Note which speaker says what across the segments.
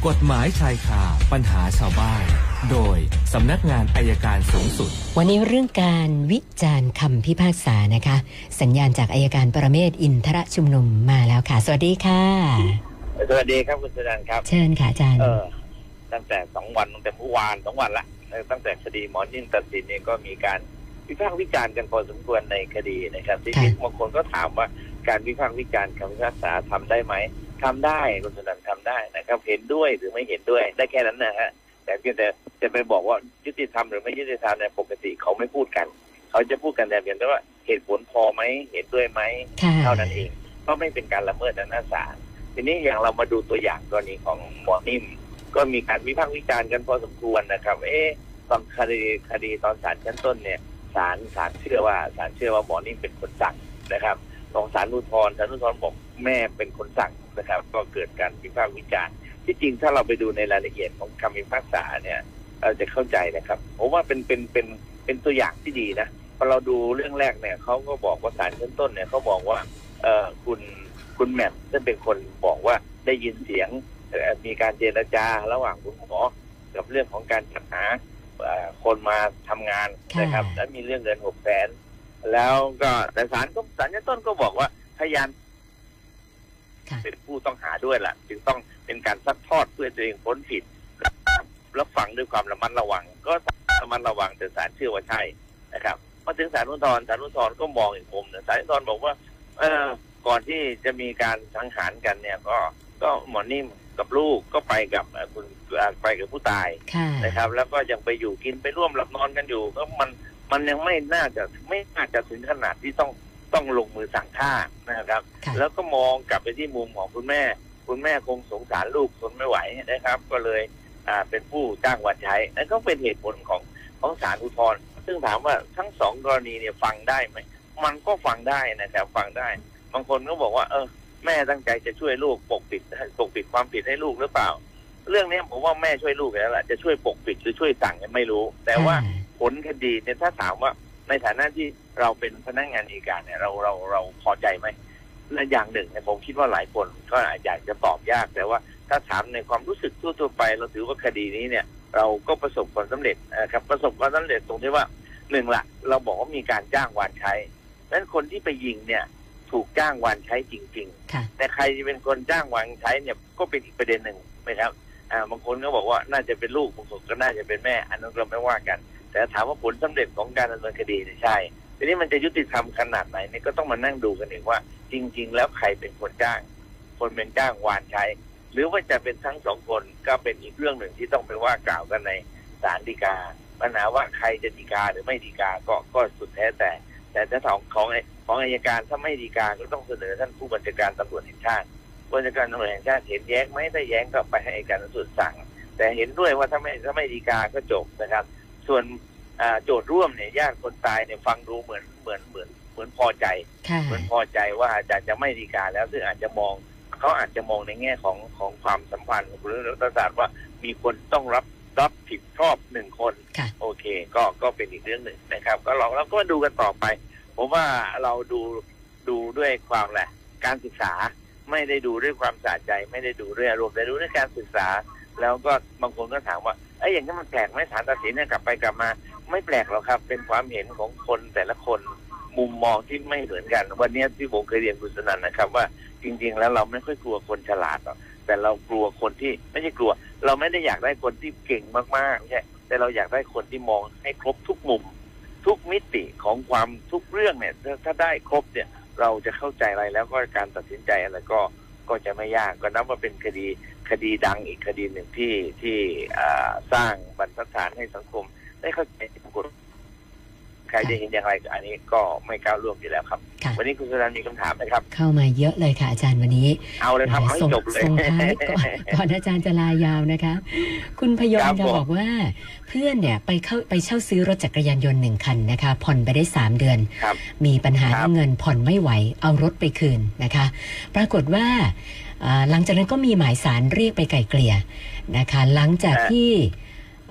Speaker 1: กฎหมายชายคาปัญหาชาวบ้านโดยสำนักงานอัยการสูงสุด
Speaker 2: วันนี้เรื่องการวิจารณ์คำพิพากษานะคะสัญญาณจากอัยการปรเมศวร์อินทรชุมนุมมาแล้วค่ะสวัสดีค่ะ
Speaker 3: สวัสดีครับคุณสุนันท์ครับ
Speaker 2: เชิญค่ะอาจารย์
Speaker 3: ตั้งแต่2 วันตั้งแต่เมื่อวาน2 วันละตั้งแต่คดีหมอนิ่มตัดสินเนี่ยก็มีการวิพากษ์วิจารณ์กันพอสมควรในคดีนะครับที่บางคนก็ถามว่าการวิพากษ์วิจารณ์คำพิพากษาทำได้ไหมทำได้คุณสุนันท์ทำได้นะครับเห็นด้วยหรือไม่เห็นด้วยได้แค่นั้นนะฮะแต่เพียงแต่จะไปบอกว่ายุติธรรมหรือไม่ยุติธรรมในปกติเขาไม่พูดกันเขาจะพูดกันแต่เพียงแต่ว่าเหตุผลพอไหมเห็นด้วยไหมเท่านั้นเองก็ไม่เป็นการละเมิดอำนาจศาลทีนี้อย่างเรามาดูตัวอย่างกรณีของหมอนิ่มก็มีการวิพากษ์วิจารณ์กันพอสมควรนะครับตอนคดีตอนศาลชั้นต้นเนี่ยศาลเชื่อว่าหมอนิ่มเป็นคนสั่งนะครับของศาลอุทธรณ์บอกแม่เป็นคนสั่งนะครับก็เกิดการวิพากษ์วิจารณ์ที่จริงถ้าเราไปดูในรายละเอียดของคำพิพากษาเนี่ยเราจะเข้าใจนะครับผมว่าเป็นตัวอย่างที่ดีนะพอเราดูเรื่องแรกเนี่ยเขาก็บอกว่าศาลชั้นต้นเนี่ยเขาบอกว่าคุณแหม่มซึ่งเป็นคนบอกว่าได้ยินเสียงมีการเจรจาระหว่างคุณหมอกับเรื่องของการจัดหาคนมาทำงานนะครับและมีเรื่องเงิน600,000แล้วก็แต่ศาลชั้นต้นก็บอกว่าพยานเป็นผู้ต้องหาด้วยล่ะจึงต้องเป็นการซักทอดเพื่อตัวเองพ้นผิดรับฟังด้วยความระมัดระวังก็ระมัดระวังแต่ศาลเชื่อว่าใช่นะครับพอถึงศาลอุทธรณ์ก็มองอีกมุมศาลอุทธรณ์บอกว่าก่อนที่จะมีการสังหารกันเนี่ยก็หมอนิ่มกับลูกก็ไปกับไปกับผู้ตายนะครับแล้วก็ยังไปอยู่กินไปร่วมหลับนอนกันอยู่ก็มันยังไม่น่าจะถึงขนาดที่ต้องลงมือสั่งฆ่านะครับแล้วก็มองกลับไปที่มุมของคุณแม่คงสงสารลูกทนไม่ไหวนะครับก็เลยเป็นผู้จ้างวานใช้นั่นก็เป็นเหตุผลของศาลอุทธรณ์ซึ่งถามว่าทั้ง2 กรณีเนี่ยฟังได้ไหมมันก็ฟังได้นะครับฟังได้บางคนก็บอกว่าแม่ตั้งใจจะช่วยลูกปกปิดความผิดให้ลูกหรือเปล่าเรื่องนี้ผมว่าแม่ช่วยลูกแล้วแหละจะช่วยปกปิดหรือช่วยสั่งไม่รู้แต่ว่าผลคดีเนี่ยถ้าถามว่าในฐานะที่เราเป็นพนักงานอัยการเนี่ยเราพอใจไหมและอย่างหนึ่งเนี่ยผมคิดว่าหลายคนก็อยากจะตอบยากแต่ว่าถ้าถามในความรู้สึกทั่วไปเราถือว่าคดีนี้เนี่ยเราก็ประสบความสำเร็จครับประสบความสำเร็จตรงที่ว่า1ละเราบอกว่ามีการจ้างวานใช้นั้นคนที่ไปยิงเนี่ยถูกจ้างวานใช้จริงๆแต่ใครจะเป็นคนจ้างวานใช้เนี่ยก็เป็นอีกประเด็นหนึ่งนะครับบางคนก็บอกว่าน่าจะเป็นลูกบางคนก็น่าจะเป็นแม่อันนั้นเราไม่ว่ากันแต่ถามว่าผลสำเร็จของการดำเนินคดีเนี่ยใช่ทีนี้มันจะยุติธรรมขนาดไหนเนี่ยก็ต้องมานั่งดูกันเองว่าจริงๆแล้วใครเป็นคนจ้างวานใช้หรือว่าจะเป็นทั้ง2 คนก็เป็นอีกเรื่องหนึ่งที่ต้องไปว่ากล่าวกันในศาลฎีกาปัญหาว่าใครจะฎีกาหรือไม่ฎีกาก็สุดแท้แต่ถ้าของอัยการถ้าไม่ฎีกาก็ต้องเสนอท่านผู้บัญชาการตำรวจแห่งชาติผู้บัญชาการตำรวจแห่งชาติเห็นแย้งไหมถ้าแย้งก็ไปให้อัยการสูงสุดสั่งแต่เห็นด้วยว่าถ้าไม่ฎีกาก็จบนะครับส่วนโจทย์ร่วมเนี่ยญาติคนตายเนี่ยฟังดูเหมือนพอใจว่าจะไม่ฎีกาแล้วซึ่งเขาอาจจะมองในแง่ของความสัมพันธ์หรือรัฐศาสตร์ว่ามีคนต้องรับผิดชอบ1 คนโอเคก็เป็นอีกเรื่องหนึ่งนะครับก็เราก็ดูกันต่อไปผมว่าเราดูด้วยความการศึกษาไม่ได้ดูด้วยความสะใจไม่ได้ดูด้วยอารมณ์แต่ดูด้วยการศึกษาแล้วก็บางคนก็ถามว่าอย่างนี้มันแปลกไหมศาลตัดสินเนี่ยกลับไปกลับมาไม่แปลกหรอกครับเป็นความเห็นของคนแต่ละคนมุมมองที่ไม่เหมือนกันวันนี้ที่ผมเคยเรียนคุณสนั่นนะครับว่าจริงๆแล้วเราไม่ค่อยกลัวคนฉลาดหรอกแต่เรากลัวคนที่ไม่ใช่กลัวเราไม่ได้อยากได้คนที่เก่งมากๆใช่แต่เราอยากได้คนที่มองให้ครบทุกมุมทุกมิติของความทุกเรื่องเนี่ยถ้าได้ครบเนี่ยเราจะเข้าใจอะไรแล้วก็การตัดสินใจอะไรก็จะไม่ยากก็นับว่าเป็นคดีดังอีกคดีหนึ่งที่สร้างบรรทัดฐานให้สังคมได้เข้าใจกฎใครจะเห็นอย่างไรอันนี้ก็ไม่ก้าวล่วงอยู่แล้วครับวันนี้คุณสุนันท์มีคำถามไหมครับ
Speaker 2: เข้ามาเยอะเลยค่ะอาจารย์วันนี้
Speaker 3: เอาเลยครับให้จบเลย
Speaker 2: ส่งท้ายก่อนอาจารย์จะลายาวนะคะคุณพยอมจะบอกว่าเพื่อนเนี่ยไปเช่าซื้อรถจักรยานยนต์1 คันนะคะผ่อนไปได้3 เดือนมีปัญหาเงินผ่อนไม่ไหวเอารถไปคืนนะคะปรากฏว่าหลังจากนั้นก็มีหมายศาลเรียกไปไกล่เกลี่ยนะคะหลังจากที่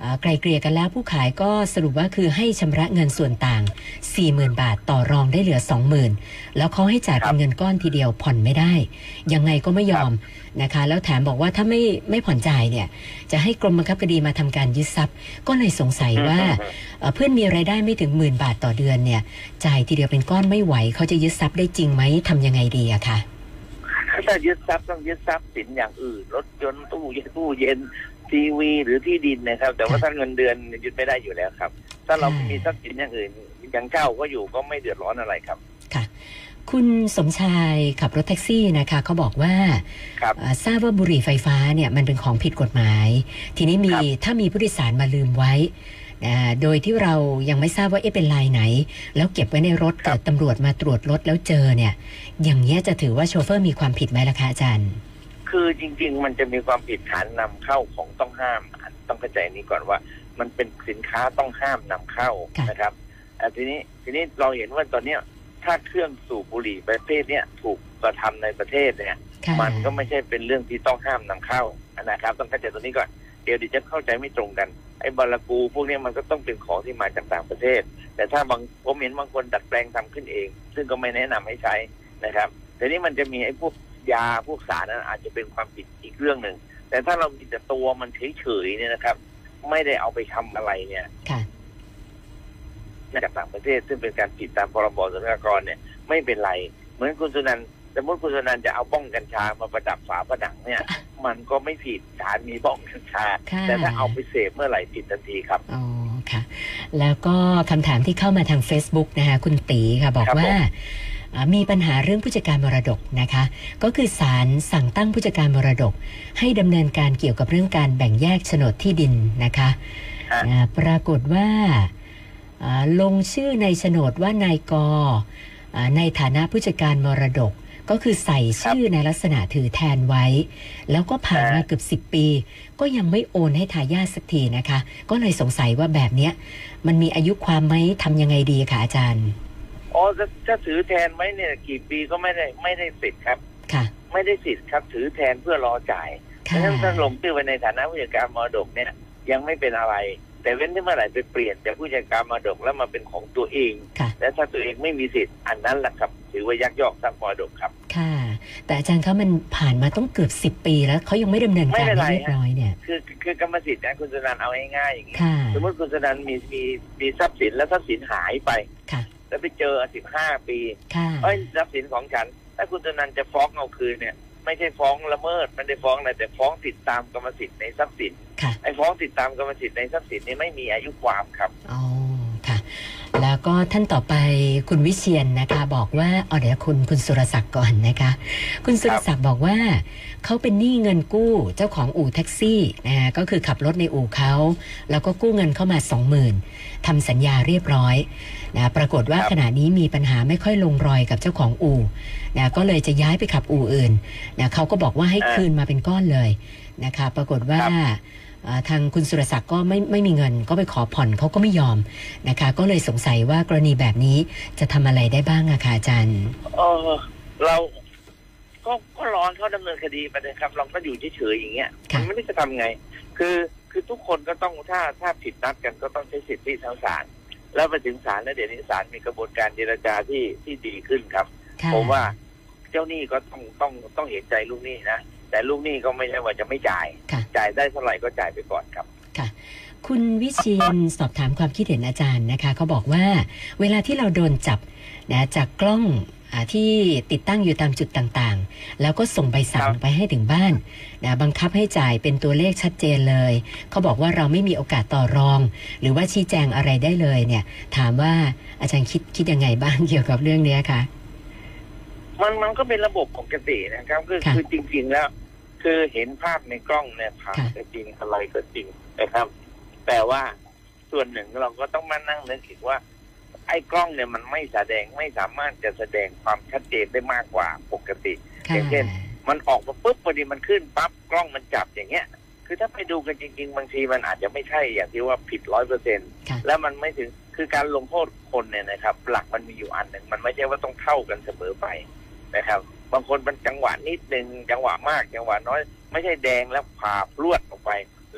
Speaker 2: ไกลเกลี่ยกันแล้วผู้ขายก็สรุปว่าคือให้ชำระเงินส่วนต่าง 40,000 บาทต่อรองได้เหลือ 20,000 แล้วเขาให้จ่ายเป็นเงินก้อนทีเดียวผ่อนไม่ได้ยังไงก็ไม่ยอมนะคะแล้วแถมบอกว่าถ้าไม่ผ่อนจ่ายเนี่ยจะให้กรมบังคับคดีมาทำการยึดทรัพย์ก็เลยสงสัยว่าเพื่อนมีรายได้ไม่ถึง10,000 บาทต่อเดือนเนี่ยจ่ายทีเดียวเป็นก้อนไม่ไหวเขาจะยึดทรัพย์ได้จริงไหมทำยังไงดีอะคะ
Speaker 3: ถ้ายึดทรัพย์ต้องยึดทรัพย์สินอย่างอื่นรถยนต์ตู้เย็นทีวีหรือที่ดินนะครับแต่ว่าถ้าเงินเดือนยึดไม่ได้อยู่แล้วครับถ้าเรามีทรัพย์สินอย่างอื่นอย่างเช่าก็อยู่ก็ไม่เดือดร้อนอะไรครับ
Speaker 2: ค่ะคุณสมชายขับรถแท็กซี่นะคะเขาบอกว่าทราบว่าบุหรี่ไฟฟ้าเนี่ยมันเป็นของผิดกฎหมายทีนี้ถ้ามีผู้โดยสารมาลืมไว้โดยที่เรายังไม่ทราบว่าเป็นลายไหนแล้วเก็บไว้ในรถเกิดตำรวจมาตรวจรถแล้วเจอเนี่ยอย่างนี้จะถือว่าโชเฟอร์มีความผิดไหมล่ะคะอาจารย์
Speaker 3: คือจริงๆมันจะมีความผิดฐานนำเข้าของต้องห้ามต้องเข้าใจนี้ก่อนว่ามันเป็นสินค้าต้องห้ามนำเข้านะครับทีนี้เราเห็นว่าตอนนี้ถ้าเครื่องสูบบุหรี่ประเภทนี้ถูกกระทำในประเทศเนี่ยมันก็ไม่ใช่เป็นเรื่องที่ต้องห้ามนำเข้านะครับต้องเข้าใจตัวนี้ก่อนเดี๋ยวจะเข้าใจไม่ตรงกันไอ้บารากูพวกนี้มันก็ต้องเป็นของที่มาจากต่างประเทศแต่ถ้าผมเห็นบางคนดัดแปลงทำขึ้นเองซึ่งก็ไม่แนะนำให้ใช้นะครับแต่นี้มันจะมีไอ้พวกยาพวกสารนั้นอาจจะเป็นความผิดอีกเรื่องหนึ่งแต่ถ้าเรามีแต่ตัวมันเฉยๆเนี่ยนะครับไม่ได้เอาไปทำอะไรเนี่ยจากต่างประเทศซึ่งเป็นการผิดตามพรบศุลกากรเนี่ยไม่เป็นไรเหมือนคุณสุนันท์สมมติคุณสุนันท์จะเอาบ้องกัญชามาประดับฝาผนังเนี่ยมันก็ไม่ผิดฐานมีบ้องกัญชาแต่ถ้าเอาไปเสพเมื่อไหร่ผิดทันทีครับ
Speaker 2: อ๋อค่ะแล้วก็คำถามที่เข้ามาทาง Facebook นะคะคุณตีค่ะบอกว่ามีปัญหาเรื่องผู้จัดการมรดกนะคะก็คือศาลสั่งตั้งผู้จัดการมรดกให้ดำเนินการเกี่ยวกับเรื่องการแบ่งแยกโฉนดที่ดินนะคะปรากฏว่าลงชื่อในโฉนดว่านายกในฐานะผู้จัดการมรดกก็คือใส่ชื่อในลักษณะถือแทนไว้แล้วก็ผ่านมาเกือบ10 ปีก็ยังไม่โอนให้ทายาทสักทีนะคะก็เลยสงสัยว่าแบบเนี้ยมันมีอายุความไหมทำยังไงดีคะอาจารย์
Speaker 3: ถ้าถือแทนไว้เนี่ยกี่ปีก็ไม่ได้สิทธิ์ครับ
Speaker 2: ค่ะ
Speaker 3: ไม่ได้สิทธิ์ครับถือแทนเพื่อรอจ่ายเพราะฉะนั้นถ้าลงชื่อไว้ในฐานะผู้จัดการมรดกเนี่ยยังไม่เป็นอะไรแต่เว้นที่เมื่อไหร่ไปเปลี่ยนจากผู้จัดการมรดกแล้วมาเป็นของตัวเองและถ้าตัวเองไม่มีสิทธิ์อันนั้นแหละครับถือว่ายักยอกทรัพย์มรดกครับ
Speaker 2: ค่ะแต่อาจารย์เขามันผ่านมาต้องเกือบ10 ปีแล้วเขายังไม่ดำเนินการเรียบร้อยเนี่ย
Speaker 3: คือกรรมสิทธิ์นะคุณสุนันท์เอาง่ายๆอย่างนี้สมมติคุณสุนันท์มีทรัพย์สินแล้วทรัพย์สินหายไปแล้วไปเจอ15 ปีทรัพย์สินของฉันถ้าคุณสุนันท์จะฟ้องเอาคืนเนี่ยไม่ใช่ฟ้องละเมิดไม่ได้ฟ้องอะไรแต่ฟ้องติดตามกรรมสิทธิ์ในทรัพย์สินไอ้ฟ้องติดตามกรรมสิทธิ์ในทรัพย์สินนี่ไม่มีอายุความครับ
Speaker 2: อ๋อค่ะแล้วก็ท่านต่อไปคุณวิเชียรนะคะบอกว่าเดี๋ยวคุณสุรศักดิ์ก่อนนะคะคุณสุรศักดิ์บอกว่าเขาเป็นหนี้เงินกู้เจ้าของอู่แท็กซี่นะก็คือขับรถในอู่เขาแล้วก็กู้เงินเข้ามา 20,000 ทำสัญญาเรียบร้อยนะปรากฏว่าขณะนี้มีปัญหาไม่ค่อยลงรอยกับเจ้าของอู่นะก็เลยจะย้ายไปขับอู่อื่นนะเขาก็บอกว่าให้คืนมาเป็นก้อนเลยนะคะปรากฏว่าทางคุณสุรศักดิ์ก็ไม่มีเงินก็ไปขอผ่อนเขาก็ไม่ยอมนะคะก็เลยสงสัยว่ากรณีแบบนี้จะทำอะไรได้บ้างอะคะอาจารย์
Speaker 3: เราก็รอเขาดำเนินคดีไปเลยครับเราก็อยู่เฉยๆอย่างเงี้ยมันไม่ได้จะทำไงคือทุกคนก็ต้องถ้าผิดนัดกันก็ต้องใช้สิทธิทางศาลแล้วไปถึงศาลแล้วเดี๋ยวนี้ศาลมีกระบวนการเจรจาที่ดีขึ้นครับผมว่าเจ้าหนี้ก็ต้องเห็นใจลูกหนี้นะแต่ลูกหนี้ก็ไม่ใช่ว่าจะไม่จ่ายได้เท่าไหร่ก็จ่ายไปก่อนครับ
Speaker 2: ค่ะคุณวิเชียรสอบถามความคิดเห็นอาจารย์นะคะเขาบอกว่าเวลาที่เราโดนจับนะจากกล้องที่ติดตั้งอยู่ตามจุดต่างๆแล้วก็ส่งใบสั่งไปให้ถึงบ้านนะบังคับให้จ่ายเป็นตัวเลขชัดเจนเลยเขาบอกว่าเราไม่มีโอกาสต่อรองหรือว่าชี้แจงอะไรได้เลยเนี่ยถามว่าอาจารย์คิดยังไงบ้างเกี่ยวกับเรื่องนี้คะ
Speaker 3: มันก็เป็นระบบปกตินะครับคือจริงๆแล้วคือเห็นภาพในกล้องเนี่ยถ่ายก็จริงอะไรก็จริงนะครับแต่ว่าส่วนหนึ่งเราก็ต้องมานั่งนึกถึงว่าไอ้กล้องเนี่ยมันไม่สามารถจะแสดงความชัดเจนได้มากกว่าปกติอย่างเช่นมันออกมาปุ๊บพอดีมันขึ้นปั๊บกล้องมันจับอย่างเงี้ยคือถ้าไปดูกันจริงๆบางทีมันอาจจะไม่ใช่อย่างที่ว่าผิด 100% แล้วมันไม่ถึงคือการลงโทษคนเนี่ยนะครับหลักมันมีอยู่อันหนึ่งมันไม่ใช่ว่าต้องเท่ากันเสมอไปนะครับบางคนมันจังหวะนิดนึงจังหวะมากจังหวะน้อยไม่ใช่แดงแล้วผ่าพรวดออกไปหรือ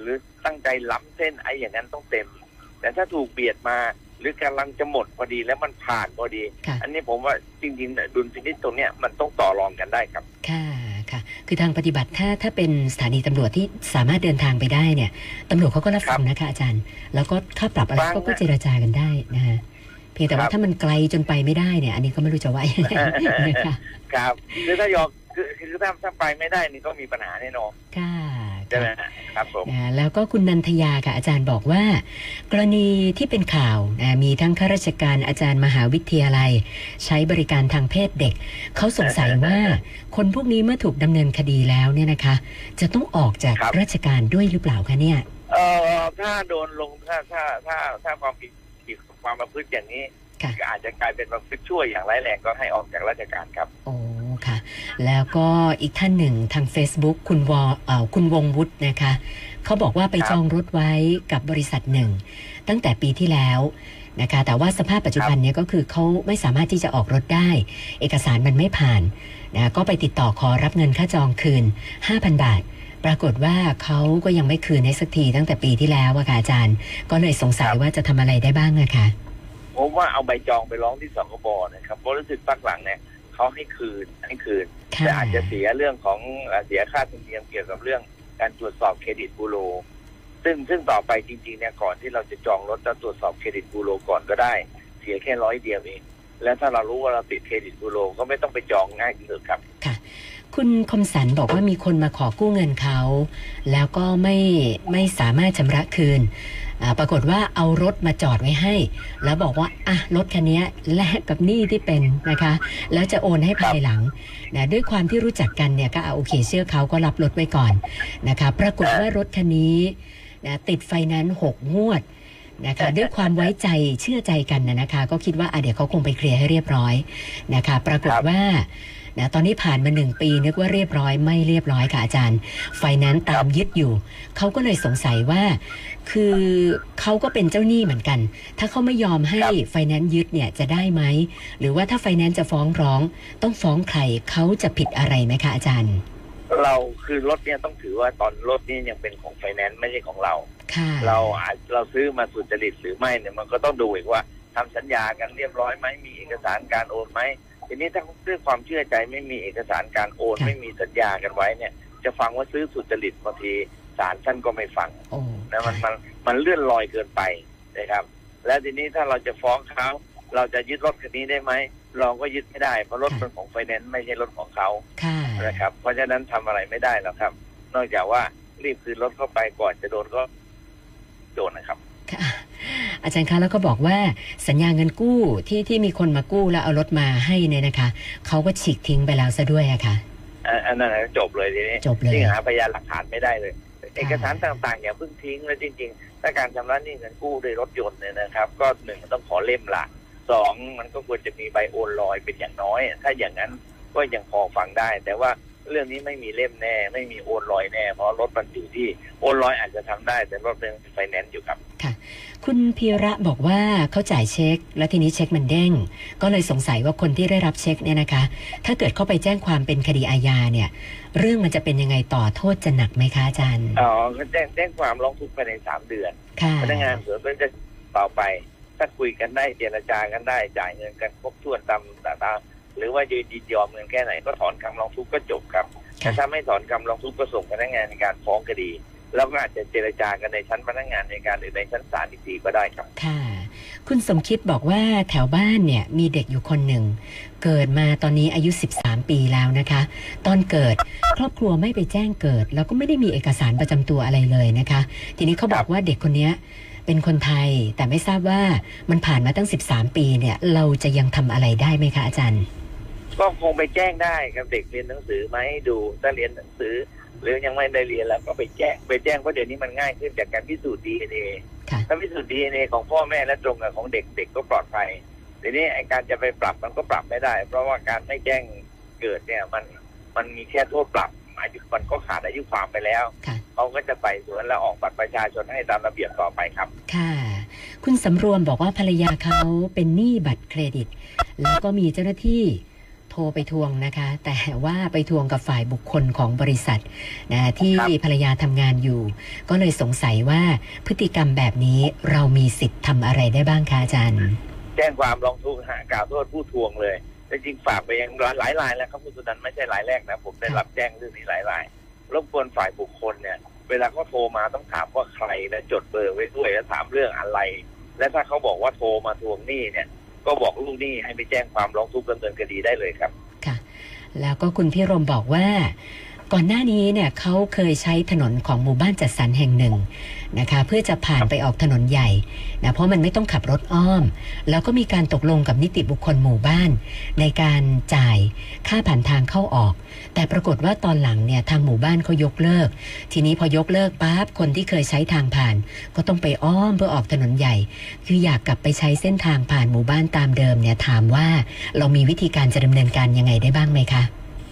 Speaker 3: ตั้งใจล้ำเส้นไอ้อย่างนั้นต้องเต็มแต่ถ้าถูกเบียดมาหรือกำลังจะหมดพอดีแล้วมันผ่านพอดีอันนี้ผมว่าจริงๆดุลพินิจตรงเนี้ยมันต้องต่อรองกันได้ครับ
Speaker 2: ค่ะค่ะคือทางปฏิบัติถ้าเป็นสถานีตำรวจที่สามารถเดินทางไปได้เนี่ยตำรวจเขาก็รับฟังนะคะอาจารย์แล้วก็ค่าปรับอะไรก็เจรจากันได้นะฮะเพียงแต่ว่าถ้ามันไกลจนไปไม่ได้เนี่ยอันนี้ก็ไม่รู้จะว่ายังไงนะคะ
Speaker 3: ครับคือถ้ายอมคือถ้าไปไม่ได้นี่ก็มีปัญหาแน่นอน
Speaker 2: ค่ะ
Speaker 3: ใช่ไหมครับผม
Speaker 2: แล้วก็คุณนันทยาค่ะอาจารย์บอกว่ากรณีที่เป็นข่าวมีทั้งข้าราชการอาจารย์มหาวิทยาลัยใช้บริการทางเพศเด็กเขาสงสัยว่าคนพวกนี้เมื่อถูกดำเนินคดีแล้วเนี่ยนะคะจะต้องออกจากราชการด้วยหรือเปล่าคะเนี่ย
Speaker 3: ถ้าโดนลงถ้าความผิดความประพฤติอย่างนี้ก็อาจจะกลายเป็นประพฤติชั่วอย่างร้ายแรงก็ให้ออกจากราชการครับ
Speaker 2: โอ้ค่ะแล้วก็อีกท่านหนึ่งทาง Facebook คุณวงวุฒินะคะเขาบอกว่าไปจองรถไว้กับบริษัทหนึ่งตั้งแต่ปีที่แล้วนะคะแต่ว่าสภาพปัจจุบันเนี่ยก็คือเขาไม่สามารถที่จะออกรถได้เอกสารมันไม่ผ่านนะก็ไปติดต่อขอรับเงินค่าจองคืน 5,000 บาทปรากฏว่าเขาก็ยังไม่คืนให้สักทีตั้งแต่ปีที่แล้วอะค่ะอาจารย์ก็เลยสงสัยว่าจะทำอะไรได้บ้างอะค่ะ
Speaker 3: ผมว่าเอาใบจองไปร้องที่สคบนะครับเพราะรู้สึกพักหลังเนี่ยเขาให้คืนแต่อาจจะเสียเรื่องของเสียค่าธรรมเนียมเกี่ยวกับเรื่องการตรวจสอบเครดิตบูโรซึ่งต่อไปจริงๆเนี่ยก่อนที่เราจะจองรถจะตรวจสอบเครดิตบูโรก่อนก็ได้เสียแค่100 เดียวเองแล้วถ้าเรารู้ว่าเราติดเครดิตบูโรก็ไม่ต้องไปจองง่ายเลยครับ
Speaker 2: ค่ะคุณคมสันบอกว่ามีคนมาขอกู้เงินเขาแล้วก็ไม่สามารถชำระคืนปรากฏว่าเอารถมาจอดไว้ให้แล้วบอกว่าอ่ะรถคันนี้แลกกับหนี้ที่เป็นนะคะแล้วจะโอนให้ภายหลังนะด้วยความที่รู้จักกันเนี่ยก็โอเคเชื่อเขาก็รับรถไว้ก่อนนะคะปรากฏว่ารถคันนี้นะติดไฟแนนซ์6 งวดนะคะด้วยความไว้ใจเชื่อใจกันนะคะก็คิดว่าเดี๋ยวเขาคงไปเคลียร์ให้เรียบร้อยนะคะปรากฏว่านะตอนนี้ผ่านมา1 ปีนึกว่าเรียบร้อยไม่เรียบร้อยค่ะอาจารย์ไฟแนนซ์ตามยึดอยู่เขาก็เลยสงสัยว่าคือเขาก็เป็นเจ้าหนี้เหมือนกันถ้าเขาไม่ยอมให้ไฟแนนซ์ยึดเนี่ยจะได้ไหมหรือว่าถ้าไฟแนนซ์จะฟ้องร้องต้องฟ้องใครเขาจะผิดอะไรไหมคะอาจารย์
Speaker 3: เราคือรถเนี่ยต้องถือว่าตอนรถนี้ยังเป็นของไฟแนนซ์ไม่ใช่ของเราเราซื้อมาสุจริตหรือไม่เนี่ยมันก็ต้องดูอีกว่าทำสัญญากันเรียบร้อยไหมมีเอกสารการโอนไหมทีนี้ถ้าด้วยความเชื่อใจไม่มีเอกสารการโอนไม่มีสัญญากันไว้เนี่ยจะฟังว่าซื้อสุจริตบางทีศาลท่านก็ไม่ฟังนะมันเลื่อนลอยเกินไปนะครับแล้วทีนี้ถ้าเราจะฟ้องเขาเราจะยึดรถคันนี้ได้ไหมเราก็ยึดไม่ได้เพราะรถเป็นของไฟแนนซ์ไม่ใช่รถของเขานะครับเพราะฉะนั้นทำอะไรไม่ได้หรอกครับนอกจากว่ารีบคืนรถเข้าไปก่อนจะโดนก็โดนนะครับ
Speaker 2: อาจารย์คะแล้วก็บอกว่าสัญญาเงินกู้ที่มีคนมากู้แล้วเอารถมาให้เนี่ยนะคะเขาก็ฉีกทิ้งไปแล้วซะด้วยอะค่ะ
Speaker 3: อันนั้นจบเลยทีนี้ที่หาพยานหลักฐานไม่ได้เลยเอกสารต่างๆอย่าเพิ่งทิ้งแล้วจริงๆถ้าการชำระหนี้เงินกู้โดยรถยนต์เนี่ยนะครับก็1ต้องขอเล่มละ2มันก็ควรจะมีใบโอนลอยเป็นอย่างน้อยถ้าอย่างนั้นก็ยังพอฟังได้แต่ว่าเรื่องนี้ไม่มีเล่มแน่ไม่มีโอนลอยแน่เพราะรถมันอยู่ที่โอนลอยอาจจะทำได้แต่รถเป็นไฟแนนซ์อยู่ครับ
Speaker 2: ค่ะคุณพีระบอกว่าเขาจ่ายเช็คแล้วทีนี้เช็คมันเด้งก็เลยสงสัยว่าคนที่ได้รับเช็คเนี่ยนะคะถ้าเกิดเข้าไปแจ้งความเป็นคดีอาญาเนี่ยเรื่องมันจะเป็นยังไงต่อโทษจะหนักไหมคะอาจารย์
Speaker 3: แจ้งความร้องทุกข์ภายใน3 เดือนพนักงานสอบสวนจะต่อไปถ้าคุยกันได้เจรจากันได้จ่ายเงินกันครบถ้วนตามหรือว่ายินยอมเงินแค่ไหนก็ถอนคำร้องทุกข์ก็จบครับแต่ถ้าไม่ถอนคำร้องทุกข์ก็ส่งพนักงานในการฟ้องคดีแล้วก็อาจจะเจรจากันในชั้นพนักงานในการหรือในชั้นศาลอีกทีก็ได้ครับ
Speaker 2: ค่ะคุณสมคิดบอกว่าแถวบ้านเนี่ยมีเด็กอยู่คนหนึ่งเกิดมาตอนนี้อายุ13 ปีแล้วนะคะตอนเกิดครอบครัวไม่ไปแจ้งเกิดแล้วก็ไม่ได้มีเอกสารประจำตัวอะไรเลยนะคะทีนี้เขาบอกว่าเด็กคนนี้เป็นคนไทยแต่ไม่ทราบว่ามันผ่านมาตั้ง13 ปีเนี่ยเราจะยังทำอะไรได้ไหมคะอาจารย์
Speaker 3: ก็คงไปแจ้งได้ครับเด็กเรียนหนังสือไหมดูถ้าเรียนหนังสือหรือยังไม่ได้เรียนแล้วก็ไปแจ้งเพราะเดี๋ยวนี้มันง่ายขึ้นจากการพิสูจน์ DNA ถ้าพิสูจน์ DNA ของพ่อแม่และตรงกับของเด็กก็ปลอดภัยทีนี้ไอ้การจะไปปรับมันก็ปรับไม่ได้เพราะว่าการไม่แจ้งเกิดเนี่ยมันมีแค่โทษปรับอายุมันก็ขาดอายุความไปแล้วเขาก็จะไต่สวนแล้วออกบัตรประชาชนให้ตามระเบียบต่อไปครับ
Speaker 2: ค่ะคุณสำรวมบอกว่าภรรยาเขาเป็นหนี้บัตรเครดิตแล้วก็มีเจ้าหน้าที่โทรไปทวงนะคะ แต่ว่าไปทวงกับฝ่ายบุคคลของบริษัทนะที่ภรรยาทำงานอยู่ก็เลยสงสัยว่าพฤติกรรมแบบนี้เรามีสิทธิ์ทำอะไรได้บ้างคะอาจารย์
Speaker 3: แจ้งความร้องทุกข์กล่าวโทษผู้ทวงเลยแต่จริงฝากไปยังหลายรายแล้วครับคุณสุนันท์ไม่ใช่รายแรกนะผมได้รับแจ้งเรื่องนี้หลายรายรบกวนฝ่ายบุคคลเนี่ยเวลาเขาโทรมาต้องถามว่าใครและจดเบอร์ไว้ด้วยและถามเรื่องอะไรและถ้าเขาบอกว่าโทรมาทวงหนี้เนี่ยก็บอกลูกหนี้ให้ไปแจ้งความร้องทุกข์ดำเนินคดีได้เลยครับ
Speaker 2: ค่ะแล้วก็คุณพี่รมบอกว่าก่อนหน้านี้เนี่ยเขาเคยใช้ถนนของหมู่บ้านจัดสรรแห่งหนึ่งนะคะเพื่อจะผ่านไปออกถนนใหญ่นะเพราะมันไม่ต้องขับรถอ้อมแล้วก็มีการตกลงกับนิติบุคคลหมู่บ้านในการจ่ายค่าผ่านทางเข้าออกแต่ปรากฏว่าตอนหลังเนี่ยทางหมู่บ้านเขายกเลิกทีนี้พอยกเลิกปั๊บคนที่เคยใช้ทางผ่านก็ต้องไปอ้อมเพื่อออกถนนใหญ่คืออยากกลับไปใช้เส้นทางผ่านหมู่บ้านตามเดิมเนี่ยถามว่าเรามีวิธีการจะดำเนินการยังไงได้บ้างไหมคะ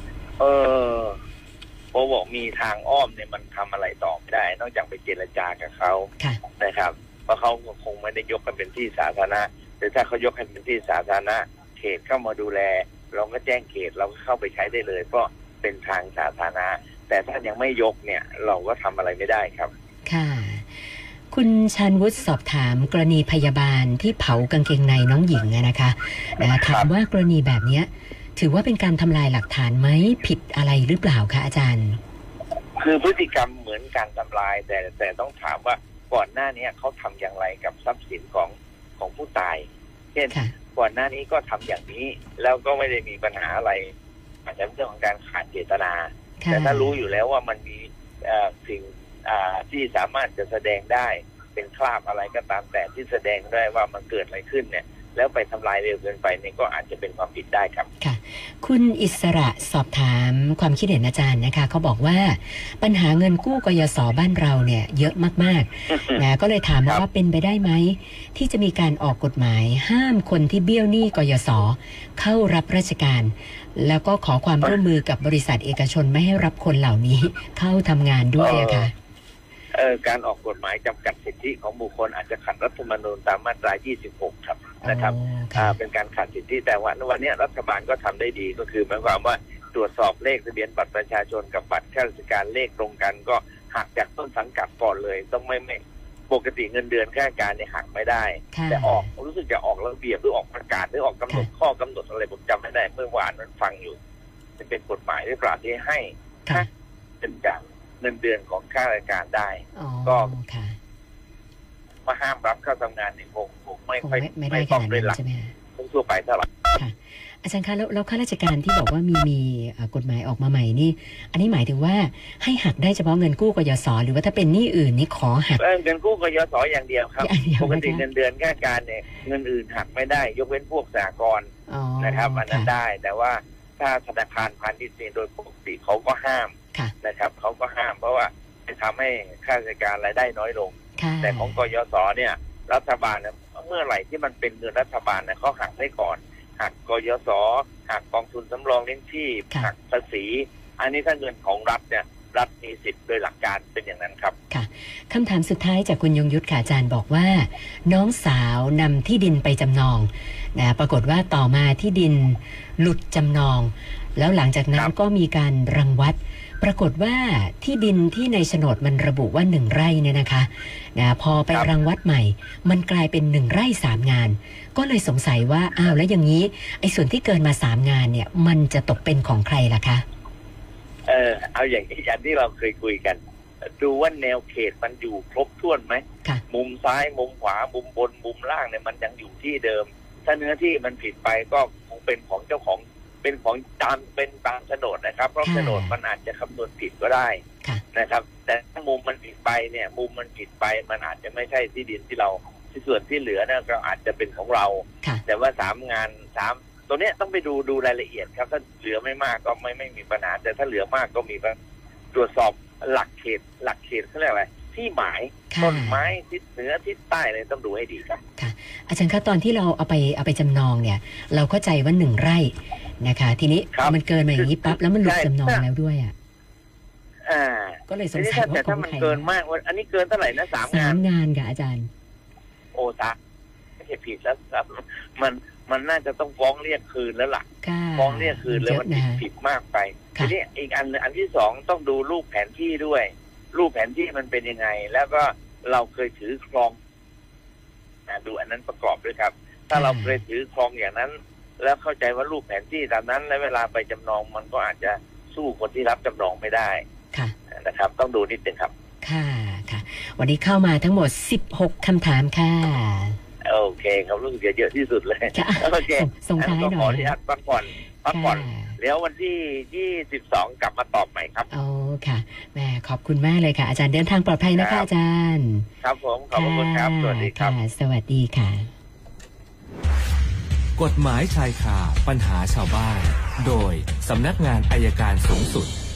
Speaker 3: พอบอกมีทางอ้อมเนี่ยมันทำอะไรต่อไม่ได้นอกจากไปเจรจากับเขานะครับเพราะเขาคงไม่ได้ยกให้เป็นที่สาธารณะแต่ถ้าเขายกให้เป็นที่สาธารณะเขตเข้ามาดูแลเราก็แจ้งเขตเราก็เข้าไปใช้ได้เลยเพราะเป็นทางสาธารณะแต่ถ้ายังไม่ยกเนี่ยเราก็ทำอะไรไม่ได้ครับ
Speaker 2: ค่ะคุณชันวุฒิสอบถามกรณีพยาบาลที่เผากางเกงในน้องหญิงนะคะถามว่ากรณีแบบนี้ถือว่าเป็นการทำลายหลักฐานไหมผิดอะไรหรือเปล่าคะอาจารย์
Speaker 3: คือพฤติกรรมเหมือนการทำลายแต่ต้องถามว่าก่อนหน้านี้เขาทำอย่างไรกับทรัพย์สินของผู้ตายเช่นก่อนหน้านี้ก็ทำอย่างนี้แล้วก็ไม่ได้มีปัญหาอะไรอาจจะเป็นเรื่องของการขาดเจตนาแต่ถ้ารู้อยู่แล้วว่ามันมีสิ่งที่สามารถจะแสดงได้เป็นคราบอะไรก็ตามแต่ที่แสดงได้ว่ามันเกิดอะไรขึ้นเนี่ยแล้วไปทำลายเร็วเกินไปเนี่ยก็อาจจะเป็นความผิดได้ครับ
Speaker 2: ค่ะคุณอิสระสอบถามความคิดเห็นอาจารย์นะคะเขาบอกว่าปัญหาเงินกู้กยศบ้านเราเนี่ยเยอะมากๆนะก็เลยถามว่าเป็นไปได้ไหมที่จะมีการออกกฎหมายห้ามคนที่เบี้ยวหนี้กยศเข้ารับราชการแล้วก็ขอความร่วมมือกับบริษัทเอกชนไม่ให้รับคนเหล่านี้เข้าทำงานด้วยอะค่ะ
Speaker 3: การออกกฎหมายจำกัดสิทธิของบุคคลอาจจะขัดรัฐธรรมนูญตามมาตรา 26 ครับนะครับเป็นการขัดสิทธิแต่ว่าวันนี้รัฐบาลก็ทำได้ดีก็คือหมายความว่าตรวจสอบเลขทะเบียนบัตรประชาชนกับบัตรข้าราชการเลขตรงกันก็หักจากต้นสังกัดก่อนเลยต้องไม่ปกติเงินเดือนข้าราชการเนี่ยหักไม่ได้แต่ออกรู้สึกจะออกระเบียบหรือออกประกาศหรือออกกำหนดข้อกำหนดอะไรผมจำไม่ได้เมื่อวานนั้นฟังอยู่จะเป็นกฎหมายหรือเปล่าที่ให้เป็นจากเงินเดือนของข้าราชการได้ก็มาห้ามรับเข้าทำงานเนี่ยคงไม่ค่อยไม่ต้องด้วยหลักทั่วไปเท่าไหร่
Speaker 2: อาจารย์คะแล้วข้าราชการที่บอกว่ามีกฎหมายออกมาใหม่นี่อันนี้หมายถึงว่าให้หักได้เฉพาะเงินกู้กยศหรือว่าถ้าเป็นหนี้อื่นนี่ขอหัก
Speaker 3: เงินกู้กยศอย่างเดียวครับปกติเงินเดือนข้าราชการเนี่ยเงินอื่นหักไม่ได้ยกเว้นพวกสหกรณ์นะครับอันนั้นได้แต่ว่าถ้าธนาคารพาณิชย์โดยปกติเขาก็ห้ามนะครับเขาก็ห้ามเพราะว่าจะทำให้ข้าราชการรายได้น้อยลงแต่ของกยศเนี่ยรัฐบาลเมื่อไหร่ที่มันเป็นเงินรัฐบาลเนี่ยเขาหักได้ก่อนหักกยศหักกองทุนสำรองเลี้ยงชีพหักภาษีอันนี้ถ้าเงินของรัฐเนี่ยรัฐมีสิทธิ์โดยหลักการเป็นอย่างนั้นครับ
Speaker 2: ค่ะคำถามสุดท้ายจากคุณยงยุทธค่ะอาจารย์บอกว่าน้องสาวนำที่ดินไปจำนองนะปรากฏว่าต่อมาที่ดินหลุดจำนองแล้วหลังจากนั้นก็มีการรังวัดปรากฏว่าที่ดินที่ในโฉนดมันระบุว่า1 ไร่เนี่ยนะคะพอไปรังวัดใหม่มันกลายเป็น1 ไร่ 3 งานก็เลยสงสัยว่าอ้าวแล้วอย่างนี้ไอ้ส่วนที่เกินมา3 งานเนี่ยมันจะตกเป็นของใครล่ะคะ
Speaker 3: เอาอย่างที่เราเคยคุยกันดูว่าแนวเขตมันอยู่ครบถ้วนไหมมุมซ้ายมุมขวามุมบนมุมล่างเนี่ยมันยังอยู่ที่เดิมถ้าเนื้อที่มันผิดไปก็คงเป็นของเจ้าของเป็นของตามโฉนดนะครับเพราะโฉนดมันอาจจะคำนวณผิดก็ได้นะครับแต่ถ้ามุมมันผิดไปเนี่ยมุมมันผิดไปมันอาจจะไม่ใช่ที่ดินที่เราที่ส่วนที่เหลือเนี่ยก็อาจจะเป็นของเราแต่ว่า3 งานตัวเนี้ยต้องไปดูรายละเอียดครับถ้าเหลือไม่มากก็ไม่มีปัญหาแต่ถ้าเหลือมากก็มีตรวจสอบหลักเขตเขาเรียกอะไรที่หมายต้นไม้ทิศเหนือทิศใต้เลยต้องดูให้ดีครับ
Speaker 2: ค่ะอาจารย์คะตอนที่เราเอาไปจำนองเนี่ยเราเข้าใจว่า1 ไร่นะคะทีนี้มันเกินมาอย่างนี้ปั๊บแล้วมันหลุดจำนองแล้วด้วยก็เลยสงสัยว่า
Speaker 3: แต่ถ้ามันเกินมากอันนี้เกินเท่าไหร่นะ3 งาน
Speaker 2: ค่ะอาจารย์
Speaker 3: โอ้ตาไม่ใช่ผิดแล้วครับมันน่าจะต้องฟ้องเรียกคืนแล้วล่ะฟ้องเรียกคืนแล้วมันผิดมากไปทีนี้อีกอันที่สองต้องดูรูปแผนที่ด้วย รูปแผนที่มันเป็นยังไง แล้วก็เราเคยถือครองดูอันนั้นประกอบด้วยครับถ้าเราเคยถือครองอย่างนั้นแล้วเข้าใจว่ารูปแผนที่ตามนั้นและเวลาไปจำนองมันก็อาจจะสู้คนที่รับจำนองไม่ได้นะครับต้องดูนิดนึงครับ
Speaker 2: ค่ะวันนี้เข้ามาทั้งหมด16คำถามค่ะ
Speaker 3: โอเคครับรู้สึกเยอะที่สุดเลยโอเค
Speaker 2: ส่งท้ายหน่อย
Speaker 3: ขออนุญาตพักผ่อนแล้ววันที่22กลับมาตอบใหม่ครับ
Speaker 2: โอ้ค่ะแม่ขอบคุณมากเลยค่ะอาจารย์เดินทางปลอดภัยนะคะอาจารย์
Speaker 3: ครับผมขอบคุณครับสวัสดีครับ
Speaker 2: สวัสดีค่ะ
Speaker 1: กฎหมายชายคาปัญหาชาวบ้านโดยสำนักงานอัยการสูงสุด